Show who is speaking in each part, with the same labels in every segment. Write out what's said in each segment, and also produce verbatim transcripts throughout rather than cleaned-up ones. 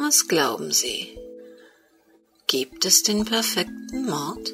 Speaker 1: Was glauben Sie? Gibt es den perfekten Mord?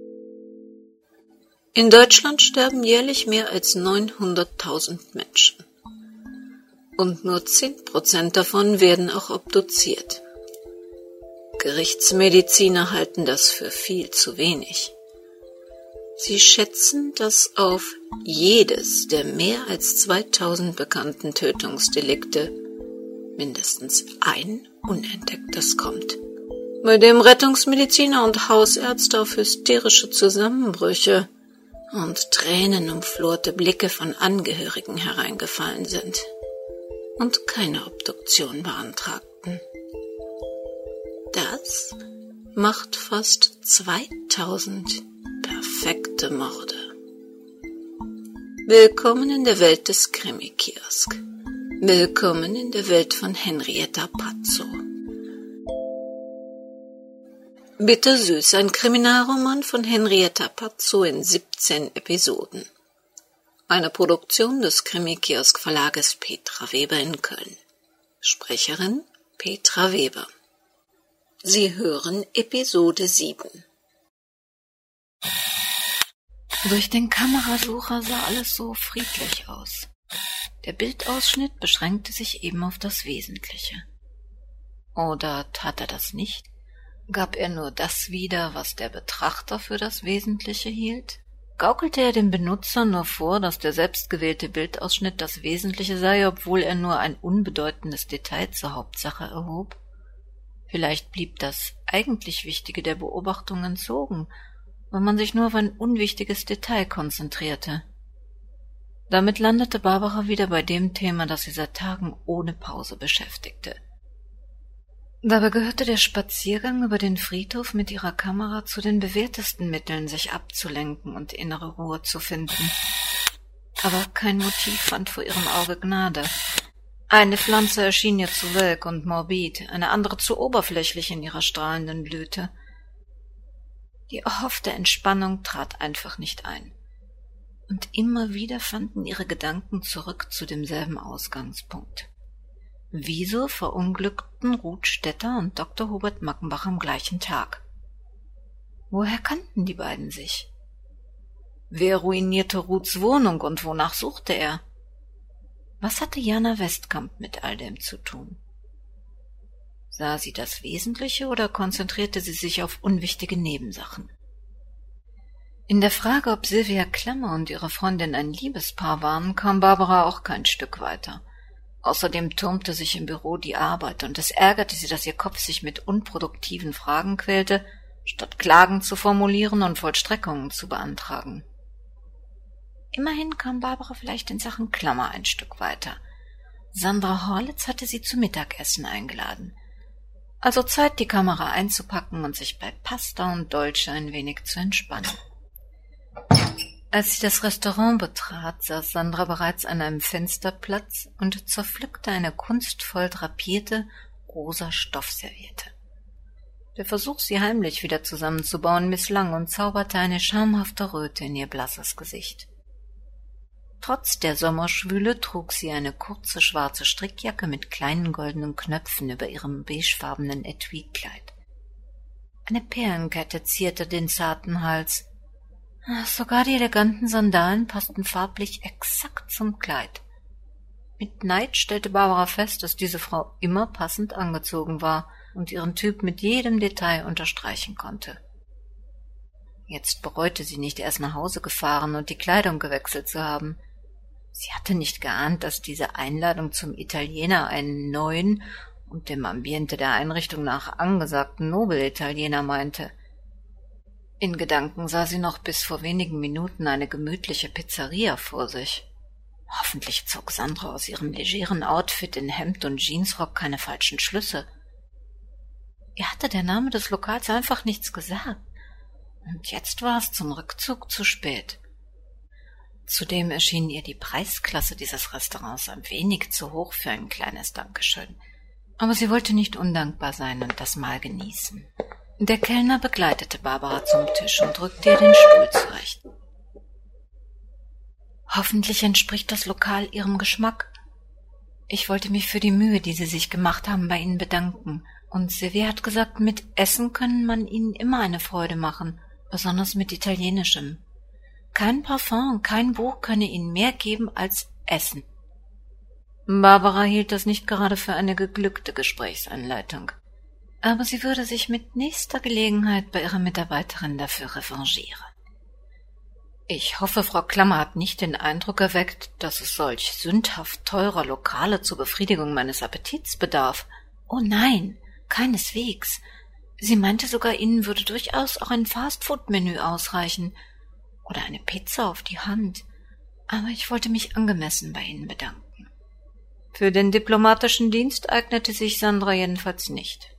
Speaker 1: In Deutschland sterben jährlich mehr als neunhunderttausend Menschen. Und nur zehn Prozent davon werden auch obduziert. Gerichtsmediziner halten das für viel zu wenig. Sie schätzen, dass auf jedes der mehr als zweitausend bekannten Tötungsdelikte mindestens ein Unentdecktes kommt, bei dem Rettungsmediziner und Hausärzte auf hysterische Zusammenbrüche und tränenumflorte Blicke von Angehörigen hereingefallen sind und keine Obduktion beantragten. Das macht fast zweitausend perfekte Morde. Willkommen in der Welt des Krimi-Kiosk. Willkommen in der Welt von Henrietta Pazzo. Bittersüß, ein Kriminalroman von Henrietta Pazzo in siebzehn Episoden. Eine Produktion des Krimi-Kiosk-Verlages Petra Weber in Köln. Sprecherin Petra Weber. Sie hören Episode sieben.
Speaker 2: Durch den Kamerasucher sah alles so friedlich aus. Der Bildausschnitt beschränkte sich eben auf das Wesentliche. Oder tat er das nicht? Gab er nur das wieder, was der Betrachter für das Wesentliche hielt? Gaukelte er dem Benutzer nur vor, dass der selbstgewählte Bildausschnitt das Wesentliche sei, obwohl er nur ein unbedeutendes Detail zur Hauptsache erhob? Vielleicht blieb das eigentlich Wichtige der Beobachtung entzogen, weil man sich nur auf ein unwichtiges Detail konzentrierte. Damit landete Barbara wieder bei dem Thema, das sie seit Tagen ohne Pause beschäftigte. Dabei gehörte der Spaziergang über den Friedhof mit ihrer Kamera zu den bewährtesten Mitteln, sich abzulenken und innere Ruhe zu finden. Aber kein Motiv fand vor ihrem Auge Gnade. Eine Pflanze erschien ihr zu welk und morbid, eine andere zu oberflächlich in ihrer strahlenden Blüte. Die erhoffte Entspannung trat einfach nicht ein. Und immer wieder fanden ihre Gedanken zurück zu demselben Ausgangspunkt. Wieso verunglückten Ruth Stetter und Doktor Hubert Mackenbach am gleichen Tag? Woher kannten die beiden sich? Wer ruinierte Ruths Wohnung und wonach suchte er? Was hatte Jana Westkamp mit all dem zu tun? Sah sie das Wesentliche oder konzentrierte sie sich auf unwichtige Nebensachen? In der Frage, ob Sylvia Klemmer und ihre Freundin ein Liebespaar waren, kam Barbara auch kein Stück weiter. Außerdem turmte sich im Büro die Arbeit, und es ärgerte sie, dass ihr Kopf sich mit unproduktiven Fragen quälte, statt Klagen zu formulieren und Vollstreckungen zu beantragen. Immerhin kam Barbara vielleicht in Sachen Klammer ein Stück weiter. Sandra Horlitz hatte sie zum Mittagessen eingeladen. Also Zeit, die Kamera einzupacken und sich bei Pasta und Dolce ein wenig zu entspannen. Als sie das Restaurant betrat, saß Sandra bereits an einem Fensterplatz und zerpflückte eine kunstvoll drapierte, rosa Stoffserviette. Der Versuch, sie heimlich wieder zusammenzubauen, misslang und zauberte eine schamhafte Röte in ihr blasses Gesicht. Trotz der Sommerschwüle trug sie eine kurze schwarze Strickjacke mit kleinen goldenen Knöpfen über ihrem beigefarbenen Etui-Kleid. Eine Perlenkette zierte den zarten Hals. Sogar die eleganten Sandalen passten farblich exakt zum Kleid. Mit Neid stellte Barbara fest, dass diese Frau immer passend angezogen war und ihren Typ mit jedem Detail unterstreichen konnte. Jetzt bereute sie nicht, erst nach Hause gefahren und die Kleidung gewechselt zu haben. Sie hatte nicht geahnt, dass diese Einladung zum Italiener einen neuen und dem Ambiente der Einrichtung nach angesagten Nobelitaliener meinte. In Gedanken sah sie noch bis vor wenigen Minuten eine gemütliche Pizzeria vor sich. Hoffentlich zog Sandra aus ihrem legeren Outfit in Hemd und Jeansrock keine falschen Schlüsse. Ihr hatte der Name des Lokals einfach nichts gesagt. Und jetzt war es zum Rückzug zu spät. Zudem erschien ihr die Preisklasse dieses Restaurants ein wenig zu hoch für ein kleines Dankeschön. Aber sie wollte nicht undankbar sein und das Mahl genießen. Der Kellner begleitete Barbara zum Tisch und rückte ihr den Stuhl zurecht. Hoffentlich entspricht das Lokal ihrem Geschmack. Ich wollte mich für die Mühe, die Sie sich gemacht haben, bei Ihnen bedanken. Und Silvia hat gesagt, mit Essen können man Ihnen immer eine Freude machen, besonders mit Italienischem. Kein Parfum, kein Buch könne Ihnen mehr geben als Essen. Barbara hielt das nicht gerade für eine geglückte Gesprächseinleitung. Aber sie würde sich mit nächster Gelegenheit bei ihrer Mitarbeiterin dafür revanchieren. Ich hoffe, Frau Klammer hat nicht den Eindruck erweckt, dass es solch sündhaft teurer Lokale zur Befriedigung meines Appetits bedarf. Oh nein, keineswegs. Sie meinte sogar, Ihnen würde durchaus auch ein Fastfood-Menü ausreichen oder eine Pizza auf die Hand. Aber ich wollte mich angemessen bei Ihnen bedanken. Für den diplomatischen Dienst eignete sich Sandra jedenfalls nicht.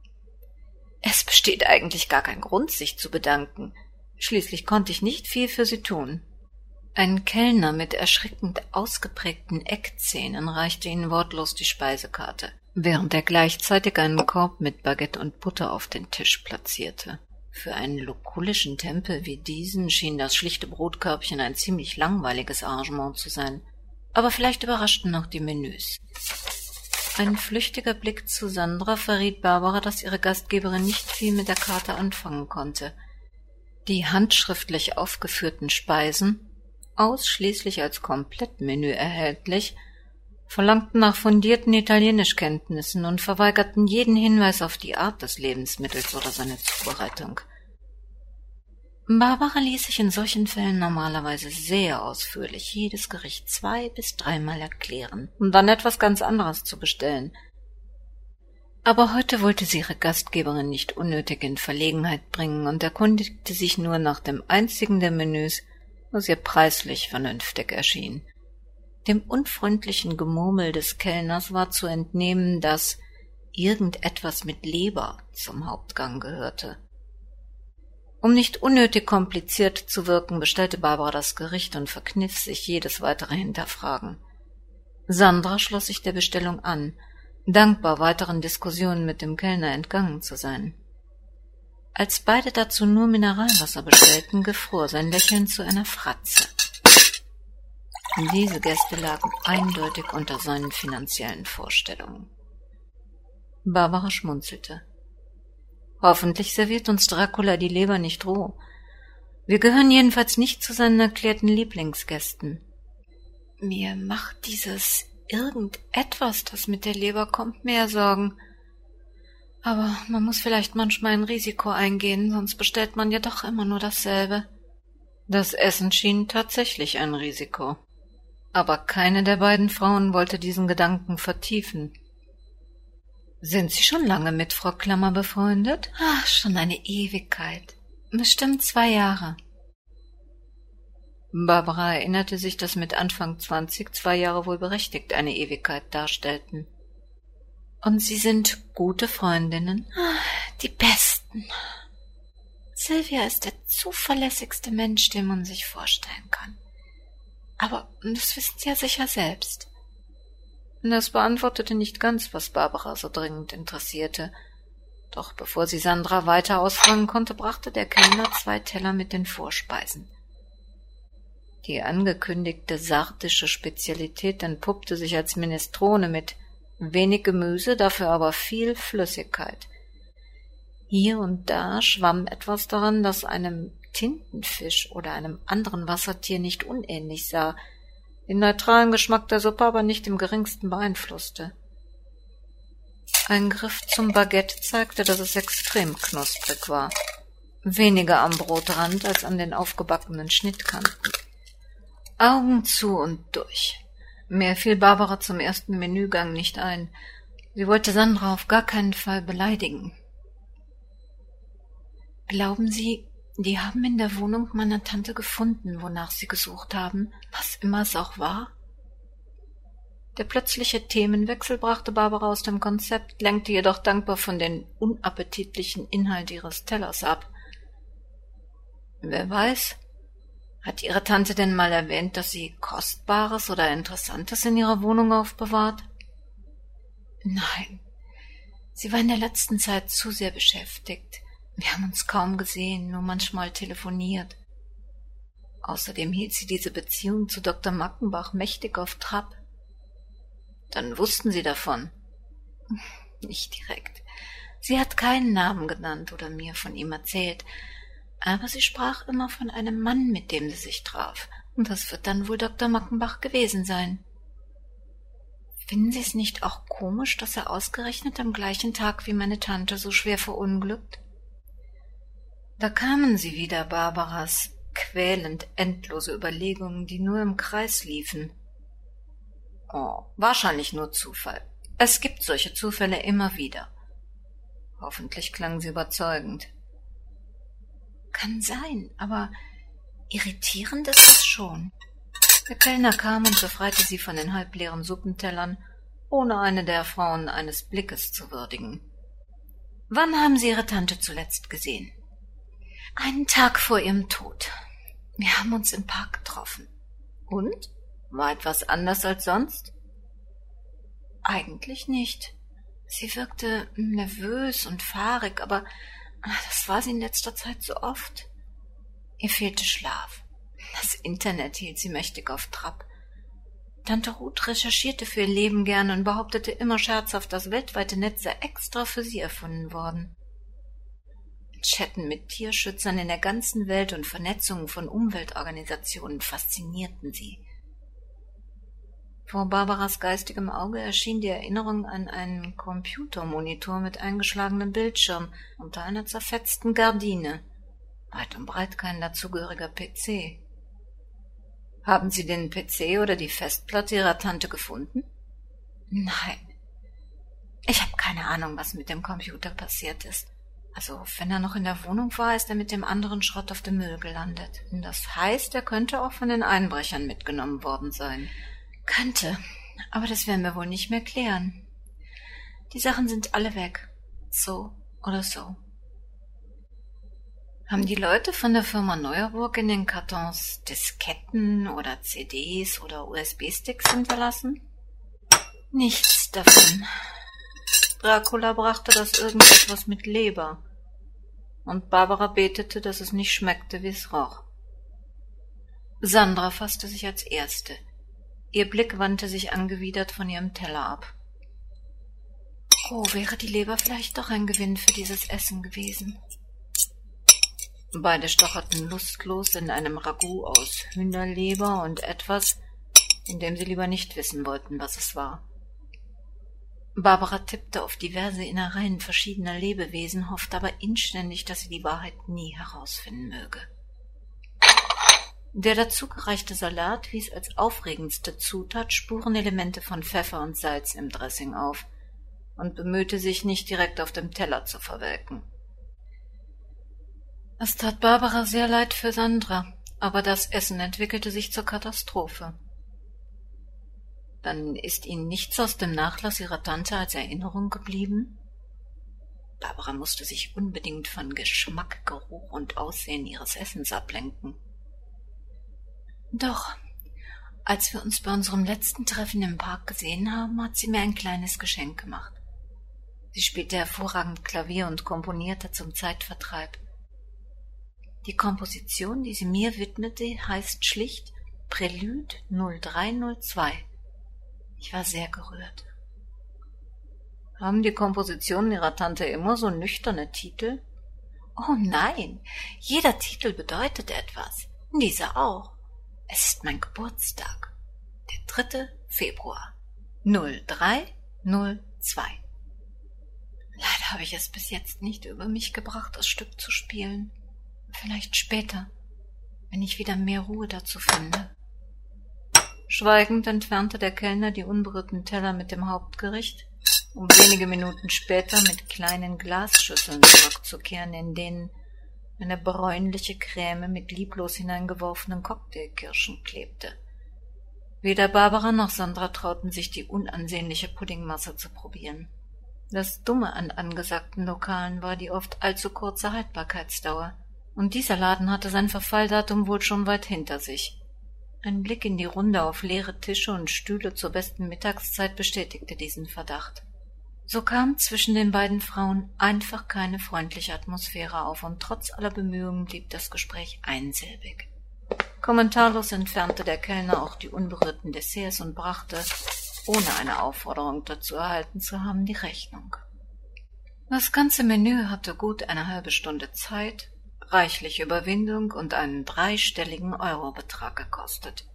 Speaker 2: Es besteht eigentlich gar kein Grund, sich zu bedanken. Schließlich konnte ich nicht viel für sie tun. Ein Kellner mit erschreckend ausgeprägten Eckzähnen reichte ihnen wortlos die Speisekarte, während er gleichzeitig einen Korb mit Baguette und Butter auf den Tisch platzierte. Für einen lukullischen Tempel wie diesen schien das schlichte Brotkörbchen ein ziemlich langweiliges Arrangement zu sein. Aber vielleicht überraschten noch die Menüs. Ein flüchtiger Blick zu Sandra verriet Barbara, dass ihre Gastgeberin nicht viel mit der Karte anfangen konnte. Die handschriftlich aufgeführten Speisen, ausschließlich als Komplettmenü erhältlich, verlangten nach fundierten Italienischkenntnissen und verweigerten jeden Hinweis auf die Art des Lebensmittels oder seine Zubereitung. Barbara ließ sich in solchen Fällen normalerweise sehr ausführlich jedes Gericht zwei- bis dreimal erklären, um dann etwas ganz anderes zu bestellen. Aber heute wollte sie ihre Gastgeberin nicht unnötig in Verlegenheit bringen und erkundigte sich nur nach dem einzigen der Menüs, was ihr preislich vernünftig erschien. Dem unfreundlichen Gemurmel des Kellners war zu entnehmen, dass irgendetwas mit Leber zum Hauptgang gehörte. Um nicht unnötig kompliziert zu wirken, bestellte Barbara das Gericht und verkniff sich jedes weitere Hinterfragen. Sandra schloss sich der Bestellung an, dankbar weiteren Diskussionen mit dem Kellner entgangen zu sein. Als beide dazu nur Mineralwasser bestellten, gefror sein Lächeln zu einer Fratze. Diese Gäste lagen eindeutig unter seinen finanziellen Vorstellungen. Barbara schmunzelte. Hoffentlich serviert uns Dracula die Leber nicht roh. Wir gehören jedenfalls nicht zu seinen erklärten Lieblingsgästen. Mir macht dieses irgendetwas, das mit der Leber kommt, mehr Sorgen. Aber man muss vielleicht manchmal ein Risiko eingehen, sonst bestellt man ja doch immer nur dasselbe. Das Essen schien tatsächlich ein Risiko. Aber keine der beiden Frauen wollte diesen Gedanken vertiefen. Sind Sie schon lange mit Frau Klammer befreundet? Ach, schon eine Ewigkeit. Bestimmt zwei Jahre. Barbara erinnerte sich, dass mit Anfang zwanzig zwei Jahre wohl berechtigt eine Ewigkeit darstellten. Und Sie sind gute Freundinnen? Ach, die besten. Silvia ist der zuverlässigste Mensch, den man sich vorstellen kann. Aber das wissen Sie ja sicher selbst. Das beantwortete nicht ganz, was Barbara so dringend interessierte. Doch bevor sie Sandra weiter ausfragen konnte, brachte der Kellner zwei Teller mit den Vorspeisen. Die angekündigte sardische Spezialität entpuppte sich als Minestrone mit wenig Gemüse, dafür aber viel Flüssigkeit. Hier und da schwamm etwas daran, das einem Tintenfisch oder einem anderen Wassertier nicht unähnlich sah, den neutralen Geschmack der Suppe aber nicht im geringsten beeinflusste. Ein Griff zum Baguette zeigte, dass es extrem knusprig war, weniger am Brotrand als an den aufgebackenen Schnittkanten. Augen zu und durch. Mehr fiel Barbara zum ersten Menügang nicht ein. Sie wollte Sandra auf gar keinen Fall beleidigen. Glauben Sie, die haben in der Wohnung meiner Tante gefunden, wonach sie gesucht haben, was immer es auch war? Der plötzliche Themenwechsel brachte Barbara aus dem Konzept, lenkte jedoch dankbar von den unappetitlichen Inhalt ihres Tellers ab. Wer weiß, hat Ihre Tante denn mal erwähnt, dass sie Kostbares oder Interessantes in ihrer Wohnung aufbewahrt? Nein, sie war in der letzten Zeit zu sehr beschäftigt. Wir haben uns kaum gesehen, nur manchmal telefoniert. Außerdem hielt sie diese Beziehung zu Doktor Mackenbach mächtig auf Trab. Dann wussten Sie davon? Nicht direkt. Sie hat keinen Namen genannt oder mir von ihm erzählt, aber sie sprach immer von einem Mann, mit dem sie sich traf, und das wird dann wohl Doktor Mackenbach gewesen sein. Finden Sie es nicht auch komisch, dass er ausgerechnet am gleichen Tag wie meine Tante so schwer verunglückt? Da kamen sie wieder, Barbaras quälend endlose Überlegungen, die nur im Kreis liefen. Oh, wahrscheinlich nur Zufall. Es gibt solche Zufälle immer wieder. Hoffentlich klang sie überzeugend. Kann sein, aber irritierend ist es schon. Der Kellner kam und befreite sie von den halbleeren Suppentellern, ohne eine der Frauen eines Blickes zu würdigen. Wann haben Sie Ihre Tante zuletzt gesehen? Einen Tag vor ihrem Tod. Wir haben uns im Park getroffen. Und? War etwas anders als sonst? Eigentlich nicht. Sie wirkte nervös und fahrig, aber das war sie in letzter Zeit so oft. Ihr fehlte Schlaf. Das Internet hielt sie mächtig auf Trab. Tante Ruth recherchierte für ihr Leben gerne und behauptete immer scherzhaft, das weltweite Netz sei extra für sie erfunden worden. Chatten mit Tierschützern in der ganzen Welt und Vernetzungen von Umweltorganisationen faszinierten sie. Vor Barbaras geistigem Auge erschien die Erinnerung an einen Computermonitor mit eingeschlagenem Bildschirm unter einer zerfetzten Gardine. Weit und breit kein dazugehöriger P C. Haben Sie den P C oder die Festplatte Ihrer Tante gefunden? Nein. Ich habe keine Ahnung, was mit dem Computer passiert ist. Also, wenn er noch in der Wohnung war, ist er mit dem anderen Schrott auf dem Müll gelandet. Das heißt, er könnte auch von den Einbrechern mitgenommen worden sein. Könnte, aber das werden wir wohl nicht mehr klären. Die Sachen sind alle weg. So oder so. Haben die Leute von der Firma Neuerburg in den Kartons Disketten oder C Ds oder U S B-Sticks hinterlassen? Nichts davon. Dracula brachte das irgendetwas mit Leber. Und Barbara betete, dass es nicht schmeckte, wie es roch. Sandra fasste sich als Erste. Ihr Blick wandte sich angewidert von ihrem Teller ab. Oh, wäre die Leber vielleicht doch ein Gewinn für dieses Essen gewesen. Beide stocherten lustlos in einem Ragout aus Hühnerleber und etwas, in dem sie lieber nicht wissen wollten, was es war. Barbara tippte auf diverse Innereien verschiedener Lebewesen, hoffte aber inständig, dass sie die Wahrheit nie herausfinden möge. Der dazugereichte Salat wies als aufregendste Zutat Spurenelemente von Pfeffer und Salz im Dressing auf und bemühte sich, nicht direkt auf dem Teller zu verwelken. Es tat Barbara sehr leid für Sandra, aber das Essen entwickelte sich zur Katastrophe. Dann ist Ihnen nichts aus dem Nachlass Ihrer Tante als Erinnerung geblieben? Barbara musste sich unbedingt von Geschmack, Geruch und Aussehen ihres Essens ablenken. Doch, als wir uns bei unserem letzten Treffen im Park gesehen haben, hat sie mir ein kleines Geschenk gemacht. Sie spielte hervorragend Klavier und komponierte zum Zeitvertreib. Die Komposition, die sie mir widmete, heißt schlicht Prälude null drei null zwei. Ich war sehr gerührt. Haben die Kompositionen Ihrer Tante immer so nüchterne Titel? Oh nein, jeder Titel bedeutet etwas. Dieser auch. Es ist mein Geburtstag. Der dritte Februar. null drei null zwei. Leider habe ich es bis jetzt nicht über mich gebracht, das Stück zu spielen. Vielleicht später, wenn ich wieder mehr Ruhe dazu finde. Schweigend entfernte der Kellner die unberührten Teller mit dem Hauptgericht, um wenige Minuten später mit kleinen Glasschüsseln zurückzukehren, in denen eine bräunliche Creme mit lieblos hineingeworfenen Cocktailkirschen klebte. Weder Barbara noch Sandra trauten sich, die unansehnliche Puddingmasse zu probieren. Das Dumme an angesagten Lokalen war die oft allzu kurze Haltbarkeitsdauer, und dieser Laden hatte sein Verfalldatum wohl schon weit hinter sich. Ein Blick in die Runde auf leere Tische und Stühle zur besten Mittagszeit bestätigte diesen Verdacht. So kam zwischen den beiden Frauen einfach keine freundliche Atmosphäre auf, und trotz aller Bemühungen blieb das Gespräch einsilbig. Kommentarlos entfernte der Kellner auch die unberührten Desserts und brachte, ohne eine Aufforderung dazu erhalten zu haben, die Rechnung. Das ganze Menü hatte gut eine halbe Stunde Zeit, reichlich Überwindung und einen dreistelligen Eurobetrag gekostet.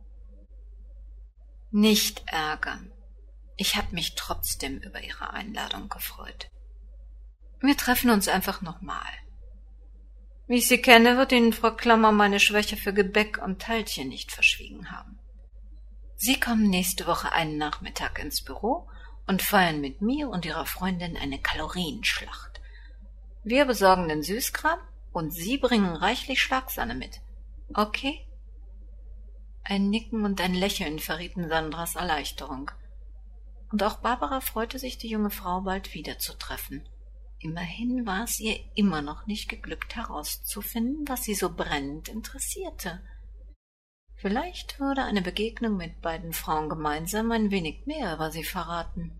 Speaker 2: Nicht ärgern. Ich habe mich trotzdem über Ihre Einladung gefreut. Wir treffen uns einfach nochmal. Wie ich Sie kenne, wird Ihnen Frau Klammer meine Schwäche für Gebäck und Teilchen nicht verschwiegen haben. Sie kommen nächste Woche einen Nachmittag ins Büro und feiern mit mir und Ihrer Freundin eine Kalorienschlacht. Wir besorgen den Süßkram und Sie bringen reichlich Schlagsahne mit. Okay? Ein Nicken und ein Lächeln verrieten Sandras Erleichterung. Und auch Barbara freute sich, die junge Frau bald wiederzutreffen. Immerhin war es ihr immer noch nicht geglückt herauszufinden, was sie so brennend interessierte. Vielleicht würde eine Begegnung mit beiden Frauen gemeinsam ein wenig mehr über sie verraten.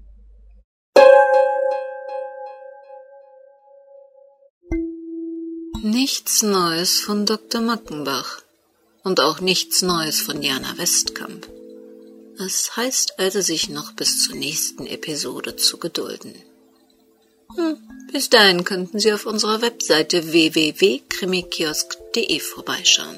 Speaker 1: Nichts Neues von Doktor Mackenbach und auch nichts Neues von Jana Westkamp. Es heißt also, sich noch bis zur nächsten Episode zu gedulden. Hm, bis dahin könnten Sie auf unserer Webseite w w w punkt krimikiosk punkt de vorbeischauen.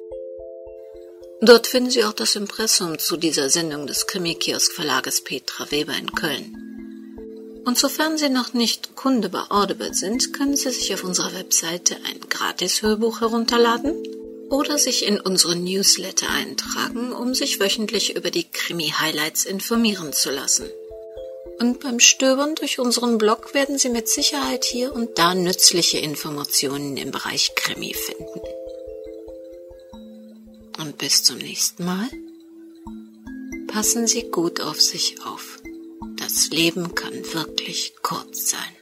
Speaker 1: Dort finden Sie auch das Impressum zu dieser Sendung des Krimikiosk Verlages Petra Weber in Köln. Und sofern Sie noch nicht Kunde bei Audible sind, können Sie sich auf unserer Webseite ein Gratis-Hörbuch herunterladen oder sich in unsere Newsletter eintragen, um sich wöchentlich über die Krimi-Highlights informieren zu lassen. Und beim Stöbern durch unseren Blog werden Sie mit Sicherheit hier und da nützliche Informationen im Bereich Krimi finden. Und bis zum nächsten Mal. Passen Sie gut auf sich auf. Das Leben kann wirklich kurz sein.